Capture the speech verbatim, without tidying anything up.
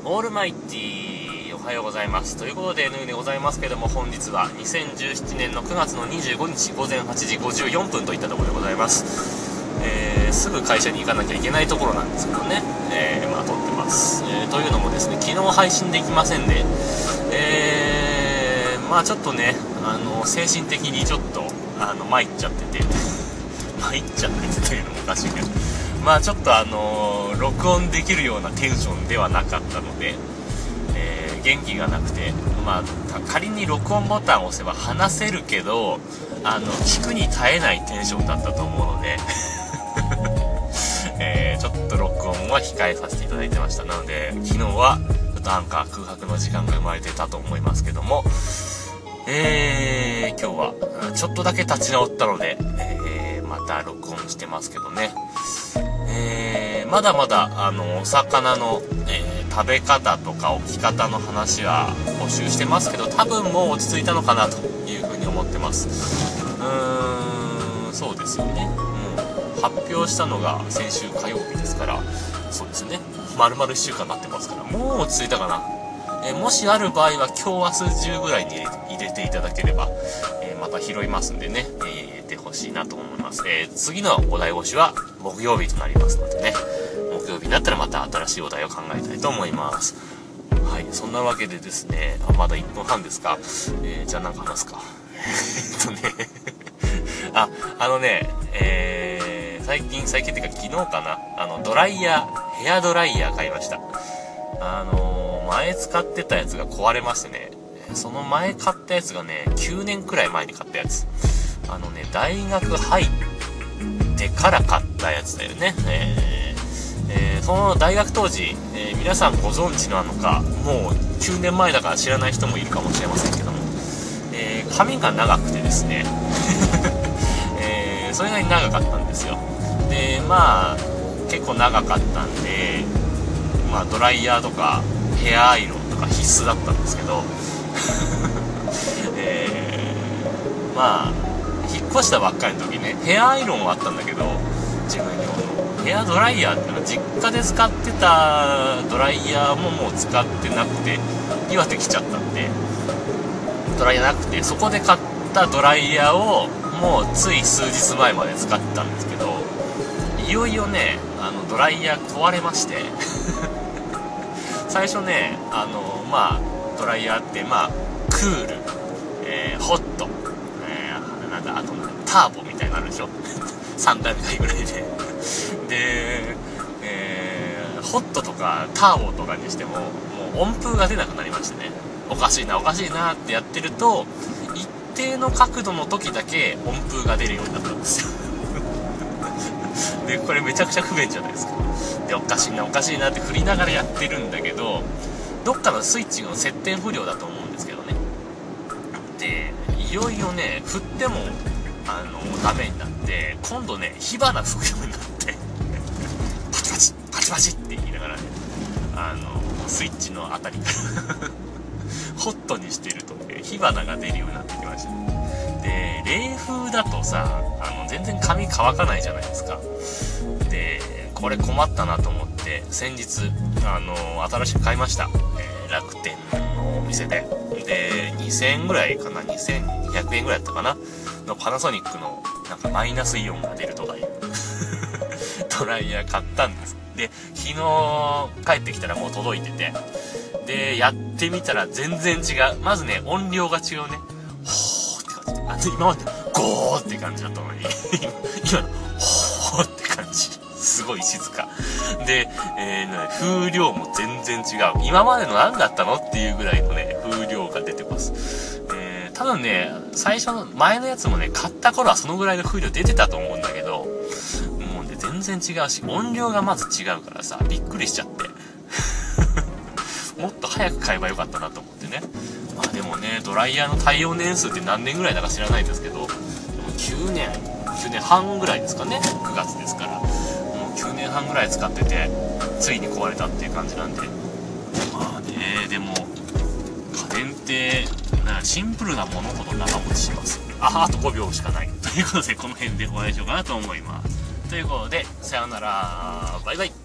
オールマイティー、おはようございます。ということで エヌ でございますけども、本日はにせんじゅうななねんのくがつのにじゅうごにちごぜんはちじごじゅうよんぷんといったところでございます。えー、すぐ会社に行かなきゃいけないところなんですけどね、えー、まあ撮ってます。えー、というのもですね、昨日配信できませんで、えー、まあちょっとね、あの精神的にちょっとあの参っちゃってて参っちゃっててというのもおかしいけど、まあちょっとあのー、録音できるようなテンションではなかったので、えー、元気がなくて、まあ仮に録音ボタンを押せば話せるけど、あの聞くに耐えないテンションだったと思うので、えー、ちょっと録音は控えさせていただいてました。なので昨日はちょっとアンカー空白の時間が生まれてたと思いますけども、えー、今日はちょっとだけ立ち直ったので、えー、また録音してますけどね。えー、まだまだあのお魚の、えー、食べ方とか置き方の話は募集してますけど、多分もう落ち着いたのかなというふうに思ってます。うーん、そうですよね。もう発表したのが先週火曜日ですから、そうですね、丸々いっしゅうかん経ってますから、もう落ち着いたかな。えー、もしある場合は今日明日中ぐらいに入れていただければ、えー、また拾いますんでね、えー、入れてほしいなと思います。えー、次のお題募集は木曜日となりますのでね、木曜日になったらまた新しいお題を考えたいと思います。はい、そんなわけでですね、あ、まだいっぷんはんですか。えー、じゃあなんか話すか。えっとねあ、あのね、えー、最近、最近っていうか昨日かな、あのドライヤー、ヘアドライヤー買いました。あのー、前使ってたやつが壊れましてね、その前買ったやつがね、きゅうねんくらい前に買ったやつ。あのね、大学入ってから買ったやつだよね。えーえー、その大学当時、えー、皆さんご存知なのか、もうきゅうねんまえだから知らない人もいるかもしれませんけども、えー、髪が長くてですね、えー、それなりに長かったんですよ。で、まあ、結構長かったんで、まあ、ドライヤーとかヘアアイロンとか必須だったんですけど、えー、まあ引っ越したばっかりの時ね、ヘアアイロンはあったんだけど、自分用のヘアドライヤーっていうのは実家で使ってたドライヤーももう使ってなくて、岩手来ちゃったんでドライヤーなくて、そこで買ったドライヤーをもうつい数日前まで使ってたんですけど、いよいよね、あのドライヤー壊れまして最初ね、あのまあドライヤーってまあクール、えー、ホット、えー、なんだあとターボみたいなのあるでしょさんだいめぐらいでで、えー、ホットとかターボとかにしてももう温風が出なくなりましてね、おかしいなおかしいなってやってると、一定の角度の時だけ温風が出るようになったんですよでこれめちゃくちゃ不便じゃないですか。でおかしいなおかしいなって振りながらやってるんだけど、どっかのスイッチの接点不良だと思うんですけどね。でいよいよね、振ってもあのダメになって、今度ね火花吹くようになってパチパチパチパチって言いながらね、あのスイッチのあたりからホットにしてるとね火花が出るようになってきましたね。で冷風だとさ、あの全然髪乾かないじゃないですか。でこれ困ったなと思って先日あの新しく買いました、えー、楽天のお店で。でにせんえんぐらいかな、にせんにひゃくえんぐらいだったかなのパナソニックのなんかマイナスイオンが出るとかいうドライヤー買ったんです。で昨日帰ってきたらもう届いてて、でやってみたら全然違う。まずね音量が違うね。ほーって感じで、あの今までゴーって感じだったのに今のほーって感じ、すごい静かで、えー、風量も全然違う。今までの何だったのっていうぐらいのね風量が出てます。えー、多分ね最初の前のやつもね買った頃はそのぐらいの風量出てたと思うんだけど、もうね全然違うし、音量がまず違うからさ、びっくりしちゃってもっと早く買えばよかったなと思ってね。まあでもね、ドライヤーの耐用年数って何年ぐらいだか知らないですけど、でもきゅうねんきゅうねんはんぐらいですかね、くがつですから、もうきゅうねんはんぐらい使っててついに壊れたっていう感じなんで、まあね、でも家電ってなんかシンプルなものほど長持ちします。あ、あとごびょうしかないということで、この辺でお会いしようかなと思います。ということでさようなら、バイバイ。